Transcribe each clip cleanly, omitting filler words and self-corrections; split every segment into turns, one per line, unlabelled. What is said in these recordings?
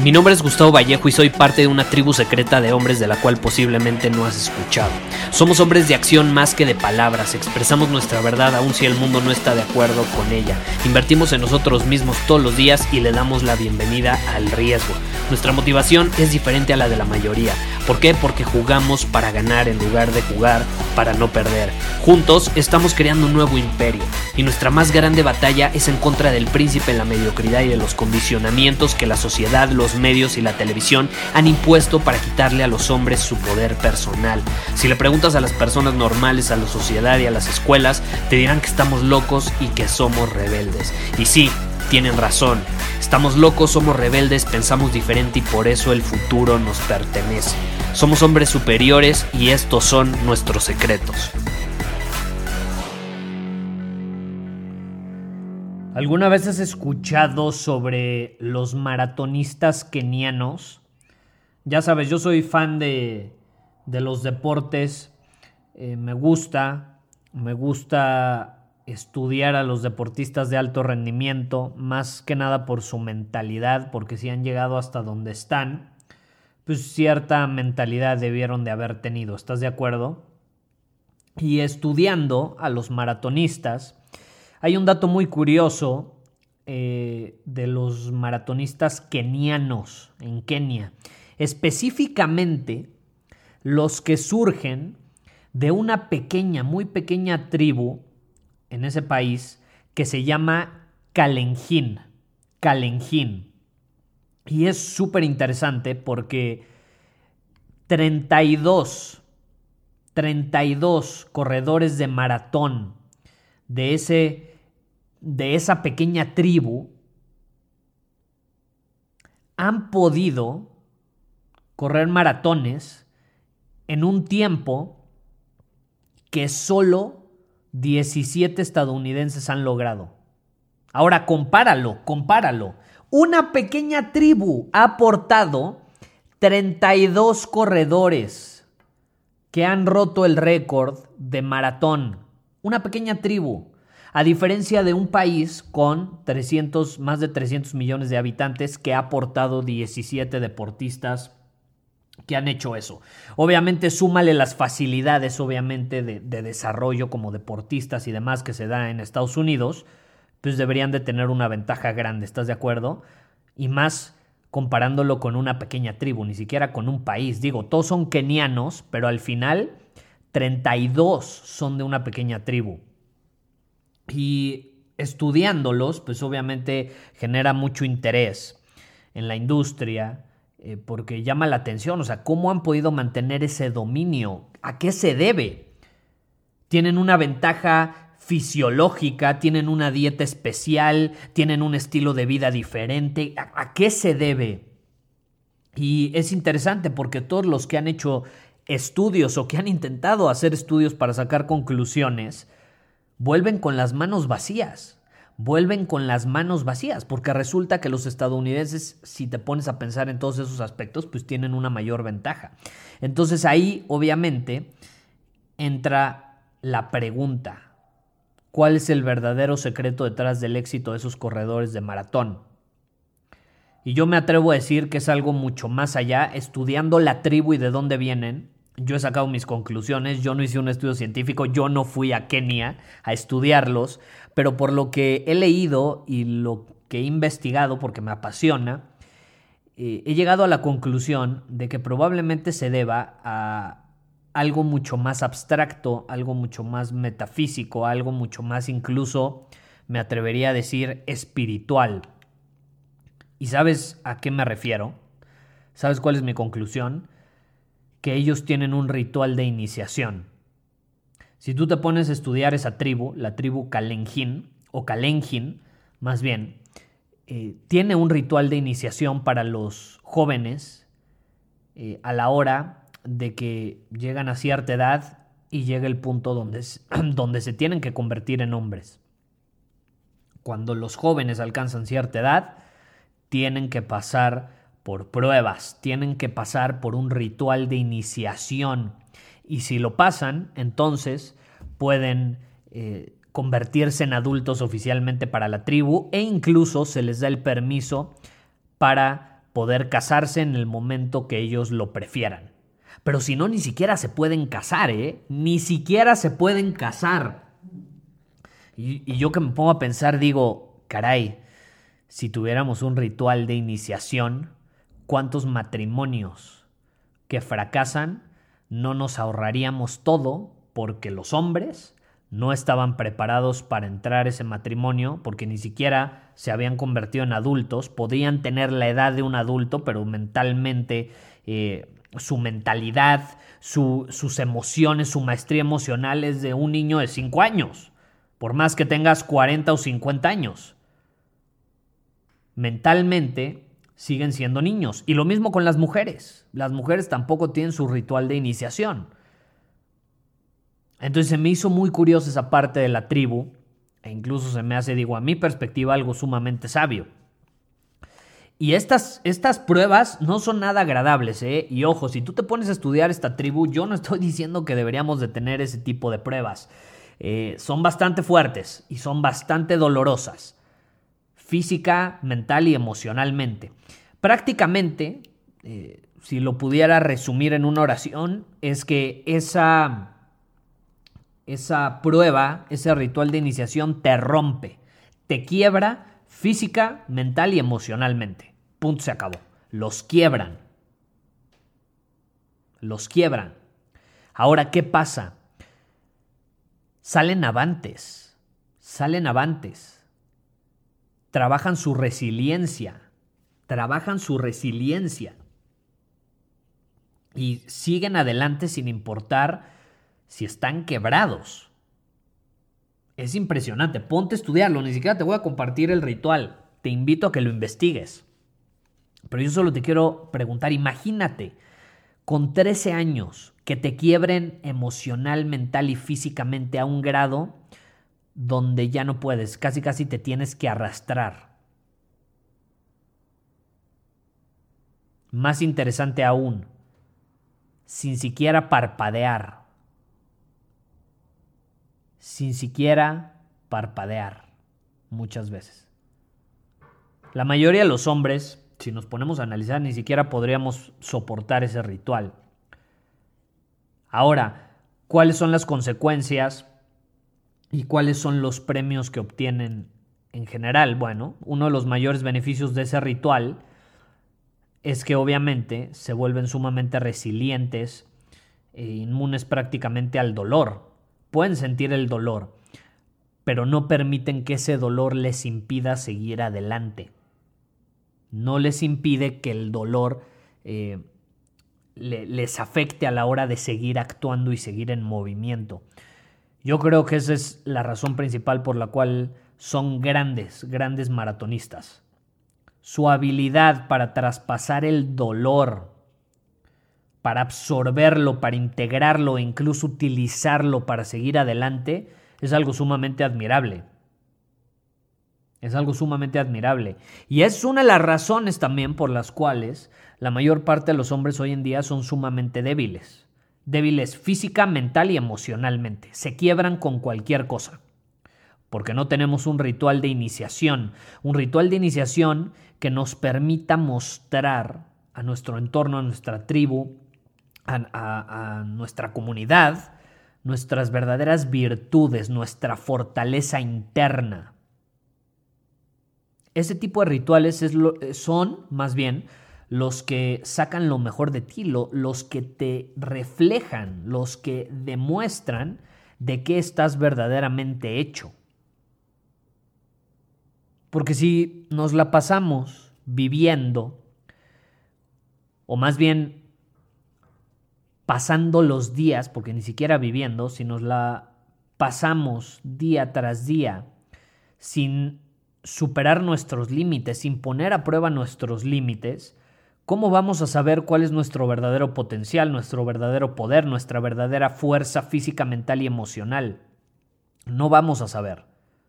Mi nombre es Gustavo Vallejo y soy parte de una tribu secreta de hombres de la cual posiblemente no has escuchado. Somos hombres de acción más que de palabras, expresamos nuestra verdad aun si el mundo no está de acuerdo con ella. Invertimos en nosotros mismos todos los días y le damos la bienvenida al riesgo. Nuestra motivación es diferente a la de la mayoría. ¿Por qué? Porque jugamos para ganar en lugar de jugar para no perder. Juntos estamos creando un nuevo imperio y nuestra más grande batalla es en contra del príncipe en la mediocridad y de los condicionamientos que la sociedad, los medios y la televisión han impuesto para quitarle a los hombres su poder personal. Si le preguntas a las personas normales, a la sociedad y a las escuelas, te dirán que estamos locos y que somos rebeldes. Y sí, tienen razón. Estamos locos, somos rebeldes, pensamos diferente y por eso el futuro nos pertenece. Somos hombres superiores y estos son nuestros secretos. ¿Alguna vez has escuchado sobre los maratonistas kenianos? Ya sabes, yo soy fan de los deportes. Me gusta estudiar a los deportistas de alto rendimiento, más que nada por su mentalidad, porque si han llegado hasta donde están, pues cierta mentalidad debieron de haber tenido, ¿estás de acuerdo? Y estudiando a los maratonistas, hay un dato muy curioso de los maratonistas kenianos en Kenia, específicamente los que surgen de una pequeña, muy pequeña tribu en ese país que se llama Kalenjin. Y es súper interesante porque 32 corredores de maratón de esa pequeña tribu han podido correr maratones en un tiempo que solo 17 estadounidenses han logrado. Ahora compáralo. Una pequeña tribu ha aportado 32 corredores que han roto el récord de maratón. Una pequeña tribu. A diferencia de un país con más de 300 millones de habitantes que ha aportado 17 deportistas que han hecho eso. Obviamente súmale las facilidades obviamente de desarrollo como deportistas y demás que se da en Estados Unidos, pues deberían de tener una ventaja grande, ¿estás de acuerdo? Y más comparándolo con una pequeña tribu, ni siquiera con un país. Digo, todos son kenianos, pero al final 32 son de una pequeña tribu. Y estudiándolos, pues obviamente genera mucho interés en la industria, porque llama la atención, o sea, ¿cómo han podido mantener ese dominio? ¿A qué se debe? ¿Tienen una ventaja fisiológica? ¿Tienen una dieta especial? ¿Tienen un estilo de vida diferente? ¿A qué se debe? Y es interesante porque todos los que han hecho estudios o que han intentado hacer estudios para sacar conclusiones vuelven con las manos vacías. Porque resulta que los estadounidenses, si te pones a pensar en todos esos aspectos, pues tienen una mayor ventaja. Entonces ahí, obviamente, entra la pregunta: ¿cuál es el verdadero secreto detrás del éxito de esos corredores de maratón? Y yo me atrevo a decir que es algo mucho más allá. Estudiando la tribu y de dónde vienen, yo he sacado mis conclusiones. Yo no hice un estudio científico, yo no fui a Kenia a estudiarlos, pero por lo que he leído y lo que he investigado, porque me apasiona, he llegado a la conclusión de que probablemente se deba a algo mucho más abstracto, algo mucho más metafísico, algo mucho más incluso, me atrevería a decir, espiritual. ¿Y sabes a qué me refiero? ¿Sabes cuál es mi conclusión? Que ellos tienen un ritual de iniciación. Si tú te pones a estudiar esa tribu, la tribu Kalenjin, o Kalenjin, más bien, tiene un ritual de iniciación para los jóvenes a la hora de que llegan a cierta edad y llega el punto donde se tienen que convertir en hombres. Cuando los jóvenes alcanzan cierta edad, tienen que pasar por pruebas, tienen que pasar por un ritual de iniciación. Y si lo pasan, entonces pueden convertirse en adultos oficialmente para la tribu e incluso se les da el permiso para poder casarse en el momento que ellos lo prefieran. Pero si no, ni siquiera se pueden casar, ¿eh? Ni siquiera se pueden casar. Y yo que me pongo a pensar, digo, caray, si tuviéramos un ritual de iniciación, ¿cuántos matrimonios que fracasan no nos ahorraríamos todo porque los hombres no estaban preparados para entrar a ese matrimonio, porque ni siquiera se habían convertido en adultos? Podían tener la edad de un adulto, pero mentalmente su mentalidad, sus emociones, su maestría emocional es de un niño de 5 años, por más que tengas 40 o 50 años. Mentalmente siguen siendo niños. Y lo mismo con las mujeres. Las mujeres tampoco tienen su ritual de iniciación. Entonces se me hizo muy curiosa esa parte de la tribu, e incluso se me hace, digo, a mi perspectiva, algo sumamente sabio. Y estas pruebas no son nada agradables, ¿eh? Y ojo, si tú te pones a estudiar esta tribu, yo no estoy diciendo que deberíamos de tener ese tipo de pruebas. Son bastante fuertes y son bastante dolorosas, física, mental y emocionalmente. Prácticamente, si lo pudiera resumir en una oración, es que esa prueba, ese ritual de iniciación te rompe, te quiebra física, mental y emocionalmente. Punto, se acabó. Los quiebran. Los quiebran. Ahora, ¿qué pasa? Salen avantes. Salen avantes. Trabajan su resiliencia. Trabajan su resiliencia. Y siguen adelante sin importar si están quebrados. Es impresionante. Ponte a estudiarlo. Ni siquiera te voy a compartir el ritual. Te invito a que lo investigues. Pero yo solo te quiero preguntar, imagínate, con 13 años, que te quiebren emocional, mental y físicamente a un grado donde ya no puedes, casi te tienes que arrastrar. Más interesante aún, sin siquiera parpadear. Sin siquiera parpadear, muchas veces. La mayoría de los hombres, si nos ponemos a analizar, ni siquiera podríamos soportar ese ritual. Ahora, ¿cuáles son las consecuencias y cuáles son los premios que obtienen en general? Bueno, uno de los mayores beneficios de ese ritual es que obviamente se vuelven sumamente resilientes e inmunes prácticamente al dolor. Pueden sentir el dolor, pero no permiten que ese dolor les impida seguir adelante. No les impide que el dolor les afecte a la hora de seguir actuando y seguir en movimiento. Yo creo que esa es la razón principal por la cual son grandes maratonistas. Su habilidad para traspasar el dolor, para absorberlo, para integrarlo e incluso utilizarlo para seguir adelante, es algo sumamente admirable. Es algo sumamente admirable. Y es una de las razones también por las cuales la mayor parte de los hombres hoy en día son sumamente débiles. Débiles física, mental y emocionalmente. Se quiebran con cualquier cosa. Porque no tenemos un ritual de iniciación. Un ritual de iniciación que nos permita mostrar a nuestro entorno, a nuestra tribu, a nuestra comunidad, nuestras verdaderas virtudes, nuestra fortaleza interna. Ese tipo de rituales son, más bien, los que sacan lo mejor de ti, los que te reflejan, los que demuestran de qué estás verdaderamente hecho. Porque si nos la pasamos viviendo, o más bien pasando los días, porque ni siquiera viviendo, si nos la pasamos día tras día sin superar nuestros límites, sin poner a prueba nuestros límites, ¿cómo vamos a saber cuál es nuestro verdadero potencial, nuestro verdadero poder, nuestra verdadera fuerza física, mental y emocional? No vamos a saber.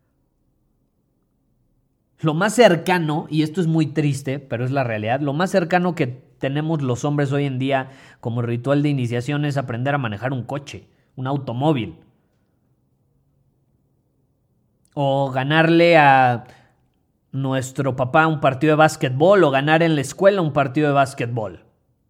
Lo más cercano, y esto es muy triste, pero es la realidad, lo más cercano que tenemos los hombres hoy en día como ritual de iniciación es aprender a manejar un coche, un automóvil. O ganarle a nuestro papá un partido de básquetbol o ganar en la escuela un partido de básquetbol.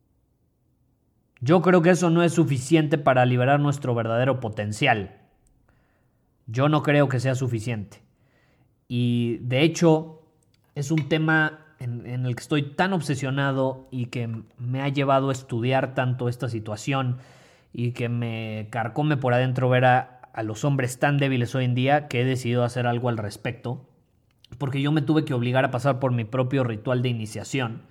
Yo creo que eso no es suficiente para liberar nuestro verdadero potencial. Yo no creo que sea suficiente. Y de hecho es un tema en el que estoy tan obsesionado y que me ha llevado a estudiar tanto esta situación y que me carcome por adentro ver a los hombres tan débiles hoy en día, que he decidido hacer algo al respecto, porque yo me tuve que obligar a pasar por mi propio ritual de iniciación.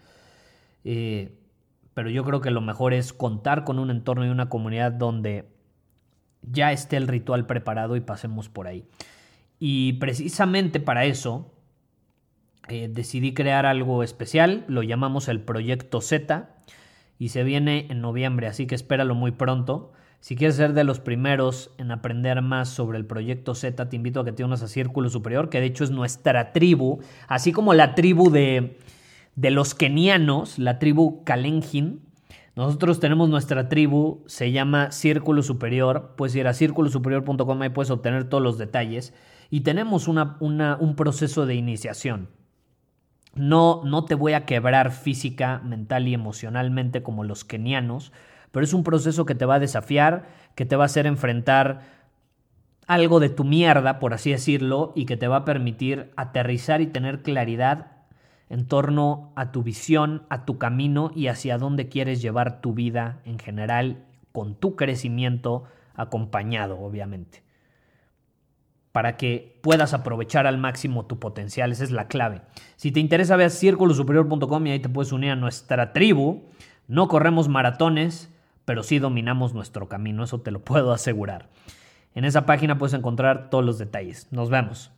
Pero yo creo que lo mejor es contar con un entorno y una comunidad donde ya esté el ritual preparado y pasemos por ahí. Y precisamente para eso decidí crear algo especial, lo llamamos el Proyecto Z y se viene en noviembre, así que espéralo muy pronto. Si quieres ser de los primeros en aprender más sobre el Proyecto Z, te invito a que te unas a Círculo Superior, que de hecho es nuestra tribu, así como la tribu de los kenianos, la tribu Kalenjin. Nosotros tenemos nuestra tribu, se llama Círculo Superior. Puedes ir a circulosuperior.com y puedes obtener todos los detalles. Y tenemos un proceso de iniciación. No te voy a quebrar física, mental y emocionalmente como los kenianos, pero es un proceso que te va a desafiar, que te va a hacer enfrentar algo de tu mierda, por así decirlo, y que te va a permitir aterrizar y tener claridad en torno a tu visión, a tu camino y hacia dónde quieres llevar tu vida en general, con tu crecimiento acompañado, obviamente, para que puedas aprovechar al máximo tu potencial. Esa es la clave. Si te interesa, ve a circulosuperior.com y ahí te puedes unir a nuestra tribu. No corremos maratones, pero sí dominamos nuestro camino, eso te lo puedo asegurar. En esa página puedes encontrar todos los detalles. Nos vemos.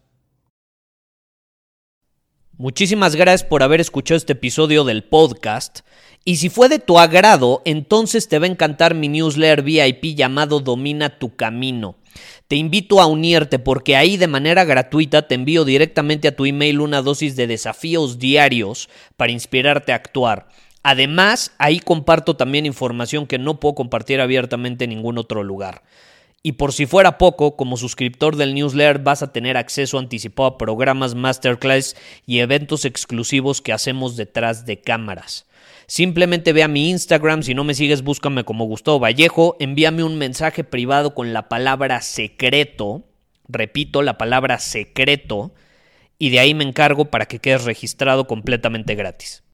Muchísimas gracias por haber escuchado este episodio del podcast. Y si fue de tu agrado, entonces te va a encantar mi newsletter VIP llamado Domina tu Camino. Te invito a unirte porque ahí de manera gratuita te envío directamente a tu email una dosis de desafíos diarios para inspirarte a actuar. Además, ahí comparto también información que no puedo compartir abiertamente en ningún otro lugar. Y por si fuera poco, como suscriptor del newsletter vas a tener acceso anticipado a programas, masterclass y eventos exclusivos que hacemos detrás de cámaras. Simplemente ve a mi Instagram, si no me sigues búscame como Gustavo Vallejo, envíame un mensaje privado con la palabra secreto, repito, la palabra secreto, y de ahí me encargo para que quedes registrado completamente gratis.